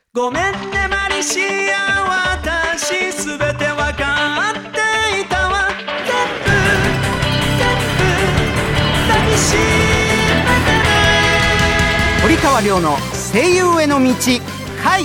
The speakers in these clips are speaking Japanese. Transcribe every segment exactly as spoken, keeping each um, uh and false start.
ごめんねマリシア、私すべてわかっていたわ。全部全部抱きしめてね。 堀川亮の声優への道回。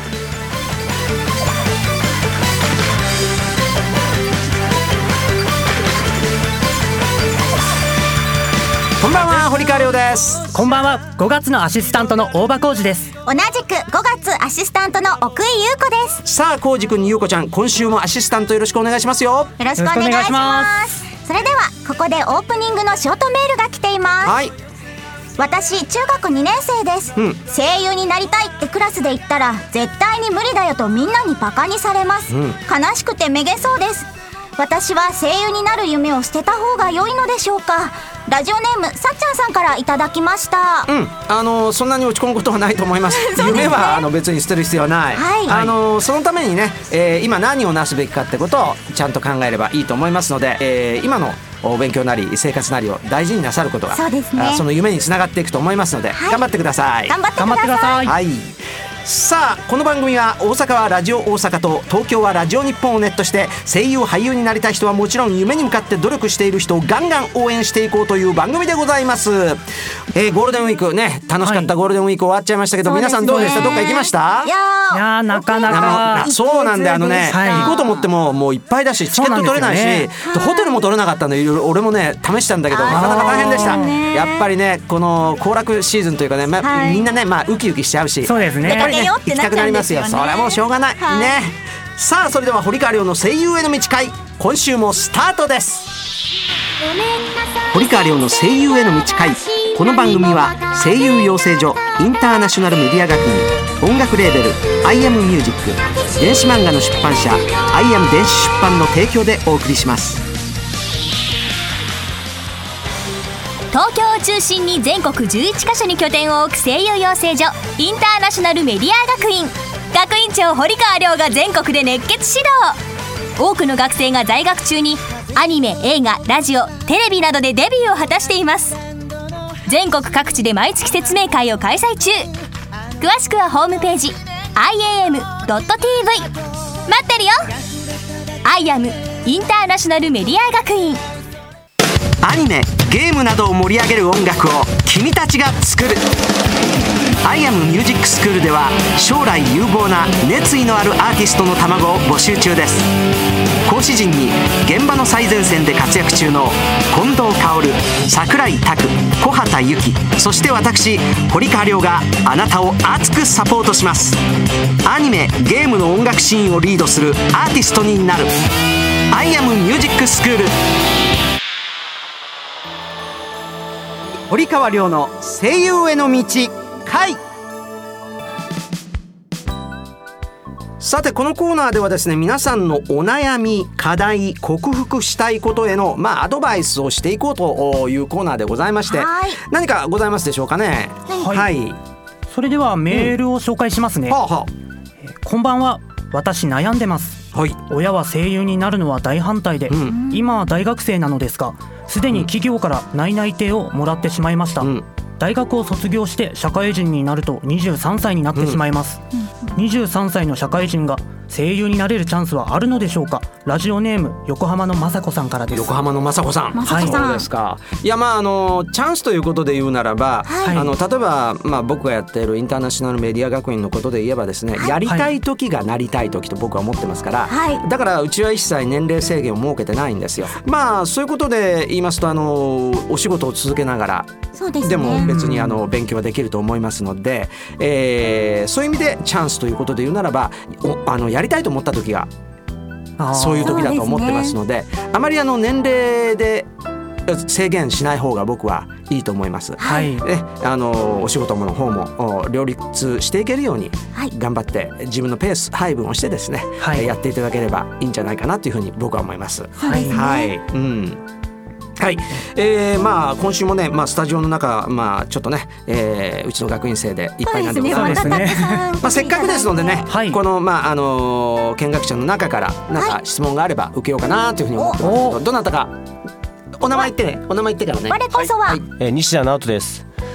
こんばんは、堀川亮です。 こんばんは、ごがつのアシスタントの大場浩二です。 同じくごがつアシスタントの奥井優子です。 さあ、浩二くんに優子ちゃん、今週もアシスタントよろしくお願いしますよ。 よろしくお願いします。それではここでオープニングのショートメールが来ています。 はい。 私中学にねん生です、うん、声優になりたいってクラスで言ったら絶対に無理だよとみんなにバカにされます、うん、悲しくてめげそうです。私は声優になる夢を捨てた方が良いのでしょうか。ラジオネームさっちゃんさんからいただきました。 うん、あのそんなに落ち込むことはないと思います。 そうですね、 夢はあの別に捨てる必要はない、はい、あのそのためにね、えー、今何をなすべきかってことをちゃんと考えればいいと思いますので、えー、今のお勉強なり生活なりを大事になさることがそうですね、 その夢につながっていくと思いますので、はい、頑張ってください。 頑張ってください。 はい。さあ、この番組は大阪はラジオ大阪と東京はラジオ日本をネットして声優俳優になりたい人はもちろん夢に向かって努力している人をガンガン応援していこうという番組でございます。えー、ゴールデンウィークね、楽しかったゴールデンウィーク終わっちゃいましたけど、はい、皆さんどうでした？どっか行きました？ いやいやなかなかそうなんで、あのね、はい、行こうと思ってももういっぱいだしチケット取れないし、ね、ホテルも取れなかったんで、いろいろ俺もね試したんだけどなかなか大変でした。やっぱりね、この行楽シーズンというかね、まあはい、みんなね、まあ、ウキウキしちゃうし、 そうですね、 やっぱりね行きたくなりますよ。それはもうしょうがない、はい、ね。さあ、それでは堀川亮の声優への道会、今週もスタートです。堀川亮の声優への道会。この番組は声優養成所インターナショナルメディア学院、音楽レーベル アイエム ミュージック、電子漫画の出版社 アイエム 電子出版の提供でお送りします。 東京を中心に全国じゅういちカ所に拠点を置く声優養成所インターナショナルメディア学院、学院長堀川亮が全国で熱血指導。多くの学生が在学中にアニメ、映画、ラジオ、テレビなどでデビューを果たしています。全国各地で毎月説明会を開催中。詳しくはホームページ アイエーエムドットティーブイ 待ってるよ。 アイエム インターナショナルメディア学院。 アニメ、ゲームなどを盛り上げる音楽を君たちが作る。 アイエム ミュージックスクールでは将来有望な熱意のあるアーティストの卵を募集中です。講師陣に現場の最前線で活躍中の近藤薫、櫻井拓、小畑由紀、そして私堀川亮があなたを熱くサポートします。アニメ、ゲームの音楽シーンをリードするアーティストになる アイエム ミュージックスクール。堀川亮の声優への道回。さて、このコーナーではですね、皆さんのお悩み、課題、克服したいことへの、まあ、アドバイスをしていこうというコーナーでございまして、何かございますでしょうかね。 はい、はい、それではメールを紹介しますね、うん、はあはあ、えー、こんばんは、私悩んでます、はい、親は声優になるのは大反対で、うん、今は大学生なのですが、すでに企業から内々定をもらってしまいました、うん、大学を卒業して社会人になるとにじゅうさんさいになってしまいます、うん、にじゅうさんさいの社会人が声優になれるチャンスはあるのでしょうか。ラジオネーム横浜の雅子さんからです。 横浜の雅子さん、 はい、 そうですか。いや、まああのチャンスということで言うならば、はい、あの例えば、まあ、僕がやっているインターナショナルメディア学院のことで言えばですね、はい、やりたい時がなりたい時と僕は思ってますから、はい、だからうちは一切年齢制限を設けてないんですよ。まあそういうことで言いますと、あのお仕事を続けながら、 そうですね、 でも別にあの勉強はできると思いますので、えー、そういう意味でチャンスということで言うならば、あのやりたいと思った時がそういう時だと思ってますので、あまりあの年齢で制限しない方が僕はいいと思います、はい、であのお仕事の方も両立していけるように頑張って自分のペース配分をしてですね、はい、やっていただければいいんじゃないかなというふうに僕は思います。 そうですね、 はい、うん、はい、えー、まあ今週もね、まあ、スタジオの中、まあ、ちょっとね、えー、うちの学院生でいっぱいなんでございます。 そうですね、 まあせっかくですのでね、はい、この、まああのー、見学者の中からなんか質問があれば受けようかなというふうに思ってますけど、どなたかお名前言ってね、お名前言ってからね。 我こそは、 はいはい、えー、西田直人です。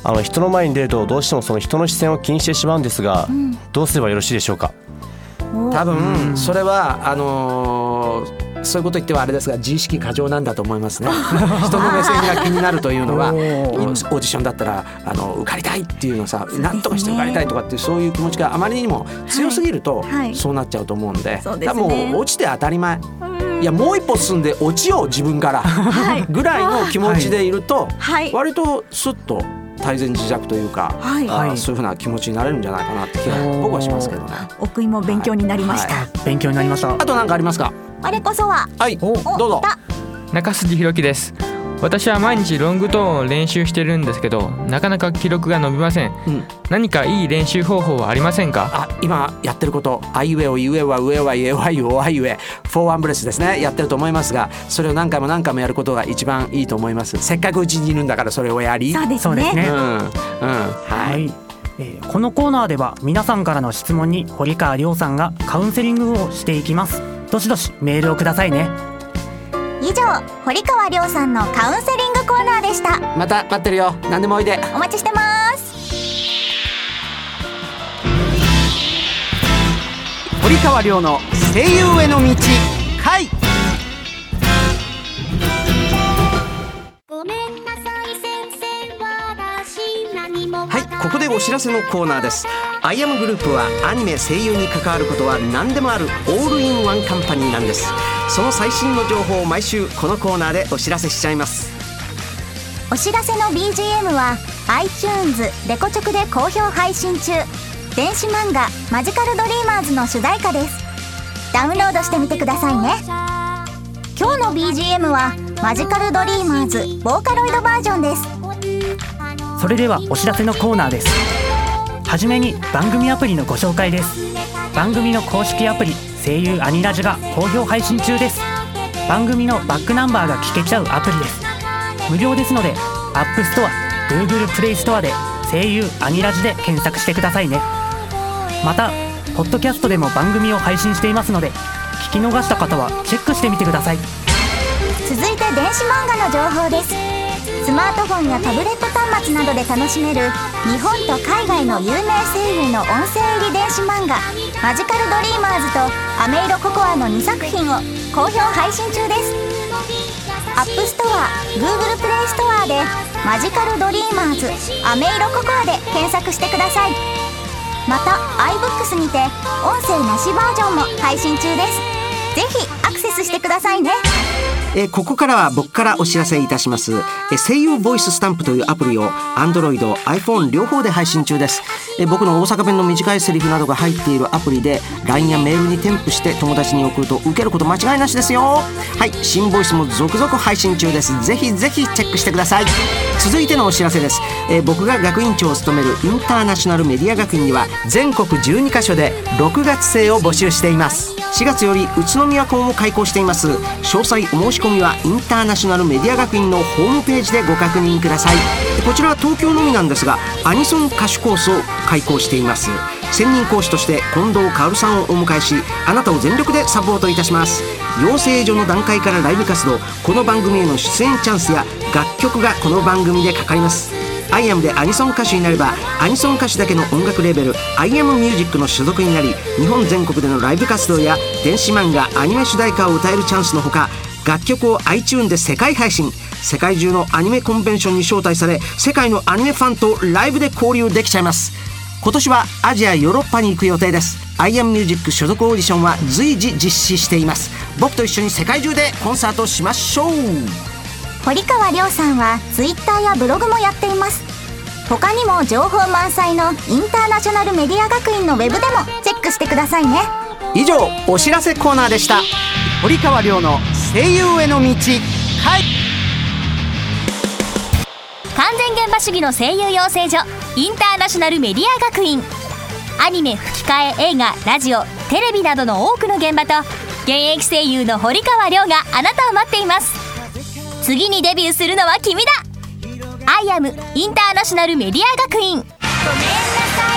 あの人の前に出るとどうしてもその人の視線を気にしてしまうんですが、うん、どうすればよろしいでしょうか。 多分それはあのーそういうこと言ってはあれですが自意識過剰なんだと思いますね人の目線が気になるというのはオーディションだったらあの受かりたいっていうのさ、なんとかして受かりたいとかっていうそういう気持ちがあまりにも強すぎると、はい、そうなっちゃうと思うんで、はい、多分落ちて当たり前、いやもう一歩進んで落ちよう自分から、はい、ぐらいの気持ちでいると、はい、割とスッと泰然自若というか、はい、そういうふうな気持ちになれるんじゃないかなって気が僕はしますけどね。 お食いも勉強になりました、 はい、勉強になりました。 あと何かありますか。 あれこそは。 はい、どうぞ。 中杉ひろきです。私は毎日ロングトーンを練習してるんですけど、なかなか記録が伸びません、うん、何かいい練習方法はありませんか。 あ、今やってること、あいうえおいうえは上はえわゆおあいうえフォーワンブレスですね、やってると思いますが、それを何回も何回もやることが一番いいと思います。せっかくうちにいるんだからそれをやり。 そうですね、 うんうんはいはいえー、このコーナーでは皆さんからの質問に堀川亮さんがカウンセリングをしていきます。どしどしメールをくださいね。 以上、堀川亮さんのカウンセリングコーナーでした。 また待ってるよ、何でもおいで。 お待ちしてます。 堀川亮の声優への道回。はい、ここでお知らせのコーナーです。アイアムグループはアニメ声優に関わることは何でもあるオールインワンカンパニーなんです。その最新の情報を毎週このコーナーでお知らせしちゃいます。 お知らせの ビージーエム は iTunes レコチョクで好評配信中、電子漫画マジカルドリーマーズの主題歌です。ダウンロードしてみてくださいね。今日の ビージーエム はマジカルドリーマーズボーカロイドバージョンです。 それではお知らせのコーナーです。はじめに番組アプリのご紹介です。番組の公式アプリ声優アニラジが好評配信中です。番組のバックナンバーが聞けちゃうアプリです。無料ですので App Store、Google Play Store で声優アニラジで検索してくださいね。またポッドキャストでも番組を配信していますので、聞き逃した方はチェックしてみてください。 続いて電子漫画の情報です。スマートフォンやタブレット端末などで楽しめる日本と海外の有名声優の音声入り電子漫画マジカルドリーマーズとアメイロココアのにさく品を好評配信中です。アップストア、Google プレイストアでマジカルドリーマーズアメイロココアで検索してください。また iBooks にて音声なしバージョンも配信中です。ぜひアクセスしてくださいね。 えー、ここからは僕からお知らせいたします。えー、声優ボイススタンプというアプリを Android、iPhone 両方で配信中です。えー、僕の大阪弁の短いセリフなどが入っているアプリで ライン やメールに添付して友達に送ると受けること間違いなしですよ。はい、新ボイスも続々配信中です。ぜひぜひチェックしてください。続いてのお知らせです。えー、僕が学院長を務めるインターナショナルメディア学院には全国じゅうにカ所でろくがつ生を募集しています。しがつより宇都宮校も開校しています。詳細お申し込みはインターナショナルメディア学院のホームページでご確認ください。こちらは東京のみなんですがアニソン歌手コースを開講しています。専任講師として近藤薫さんをお迎えし、あなたを全力でサポートいたします。養成所の段階からライブ活動、この番組への出演チャンスや楽曲がこの番組でかかります。アイアムでアニソン歌手になればアニソン歌手だけの音楽レーベル アイアムミュージックの所属になり、日本全国でのライブ活動や電子漫画アニメ主題歌を歌えるチャンスのほか、楽曲を iTunes で世界配信、世界中のアニメコンベンションに招待され、世界のアニメファンとライブで交流できちゃいます。今年はアジアヨーロッパに行く予定です。 アイアムミュージック所属オーディションは随時実施しています。僕と一緒に世界中でコンサートしましょう。 堀川亮さんは Twitter やブログもやっています。他にも情報満載のインターナショナルメディア学院のウェブでもチェックしてくださいね。 以上、お知らせコーナーでした。堀川亮の声優への道。はい、 完全現場主義の声優養成所インターナショナルメディア学院。アニメ、吹き替え、映画、ラジオ、テレビなどの多くの現場と現役声優の堀川亮があなたを待っています。次にデビューするのは君だ。アイアムインターナショナルメディア学院。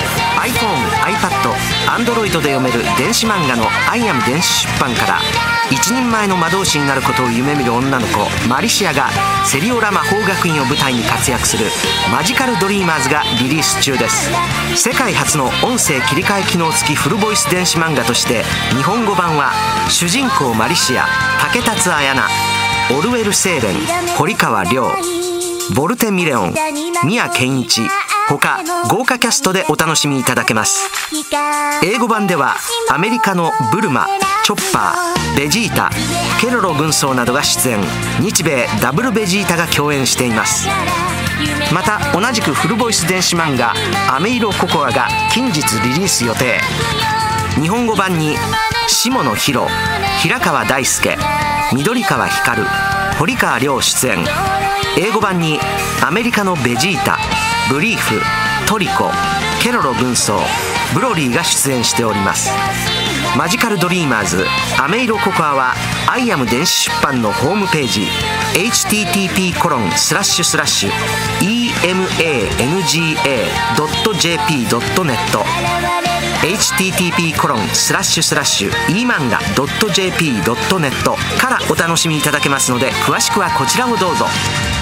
iPhone、iPad、Android で読める電子漫画のアイアム電子出版から一人前の魔導士になることを夢見る女の子マリシアがセリオラ魔法学院を舞台に活躍するマジカルドリーマーズがリリース中です。世界初の音声切り替え機能付きフルボイス電子漫画として日本語版は主人公マリシア、竹達彩奈、オルウェル・セーレン、堀川亮、ボルテ・ミレオン、宮健一他豪華キャストでお楽しみいただけます。英語版ではアメリカのブルマ、チョッパー、ベジータ、ケロロ軍曹などが出演。日米ダブルベジータが共演しています。また同じくフルボイス電子漫画アメイロココアが近日リリース予定。日本語版に下野紘、平川大輔、緑川光、堀川亮出演。英語版にアメリカのベジータ、ブリーフ、トリコ、ケロロ軍曹、ブロリーが出演しております。マジカルドリーマーズアメイロココアはアイアム電子出版のホームページ エイチティーティーピーコロンスラッシュスラッシュイーエムエーエヌジーエードットジェーピードットネット エイチティーティーピーコロンスラッシュスラッシュイーマンガドットジェーピードットネット からお楽しみいただけますので、詳しくはこちらをどうぞ。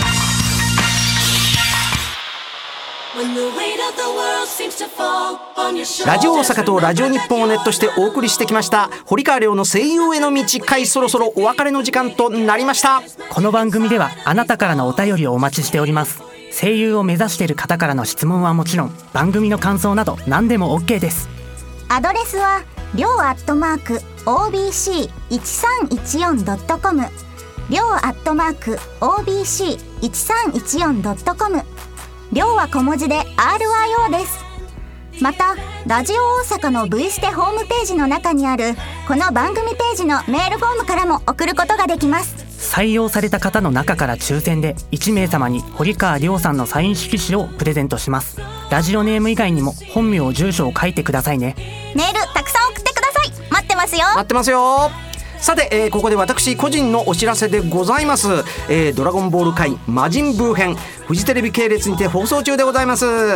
ラジオ大阪とラジオ日本をネットしてお送りしてきました堀川亮の声優への道回、そろそろお別れの時間となりました。 この番組ではあなたからのお便りをお待ちしております。声優を目指している方からの質問はもちろん、番組の感想など何でも OK です。 アドレスはりょうアットマーク オービーシーいちさんいちよんドットコム りょうアットマーク オービーシーいちさんいちよんドットコム。りょうは小文字で アールアイオー です。またラジオ大阪の V ステホームページの中にあるこの番組ページのメールフォームからも送ることができます。 採用された方の中から抽選でいち名様に堀川亮さんのサイン色紙をプレゼントします。ラジオネーム以外にも本名住所を書いてくださいね。 メールたくさん送ってください。待ってますよ。 待ってますよ。さて、えー、ここで私個人のお知らせでございます。えー、ドラゴンボール界魔人ブー編フジテレビ系列にて放送中でございます。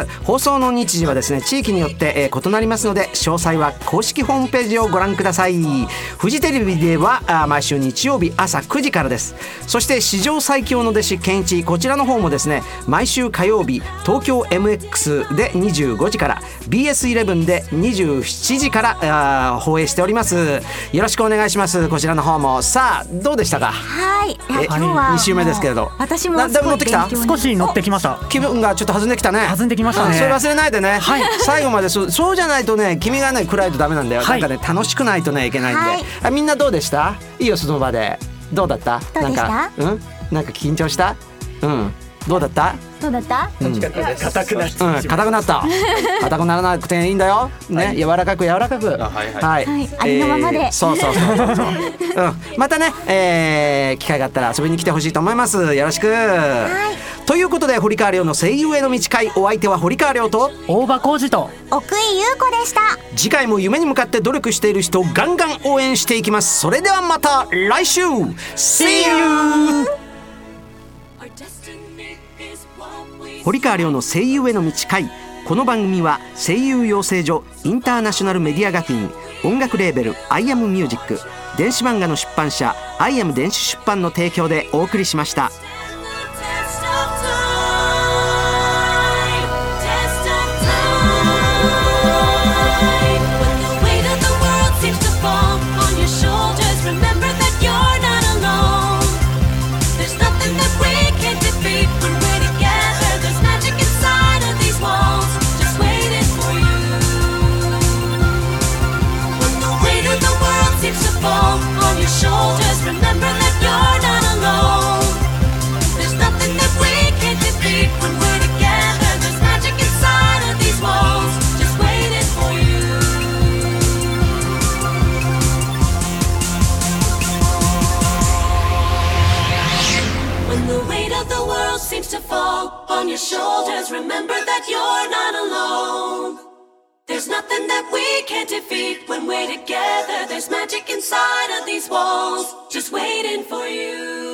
放送の日時はですね地域によって、えー、異なりますので、詳細は公式ホームページをご覧ください。フジテレビではあ毎週日曜日朝くじからです。そして史上最強の弟子ケンイチ、こちらの方もですね毎週火曜日東京 エムエックス でにじゅうごじから ビーエスイレブン でにじゅうしちじからあ放映しております。よろしくお願いします。こちらの方もさあどうでしたか。 はい、今日はに週目ですけれど、 私もだいぶ乗ってきた。 少し乗ってきました。 気分がちょっと弾んできたね。 弾んできましたね。 それ忘れないでね、はい、最後まで そ, そうじゃないとね君がね暗いとダメなんだよ、はい、なんかね楽しくないとねいけないんで、はい、あみんなどうでした。いいよその場でどうだった。 どうでした。 なんか、うん、なんか緊張した。うんどうだったどうだったうん、硬くなった硬くなった硬くならなくていいんだよね、はい、柔らかく柔らかく、はいはいはい、ありのままで、 えー、そうそうそうそうそう、うん、またね、えー、機会があったら遊びに来てほしいと思います。よろしく。はいということで堀川亮の声優への道会、お相手は堀川亮と大場浩二と奥井優子でした。 次回も夢に向かって努力している人をガンガン応援していきます。それではまた来週 See you。堀川亮の声優への道会。この番組は声優養成所インターナショナルメディア学院、音楽レーベル アイアムミュージック、電子漫画の出版社 アイアム 電子出版の提供でお送りしました。 Seems to fall on your shoulders. Remember that you're not alone. There's nothing that we can't defeat when we're together. There's magic inside of these walls, just waiting for you.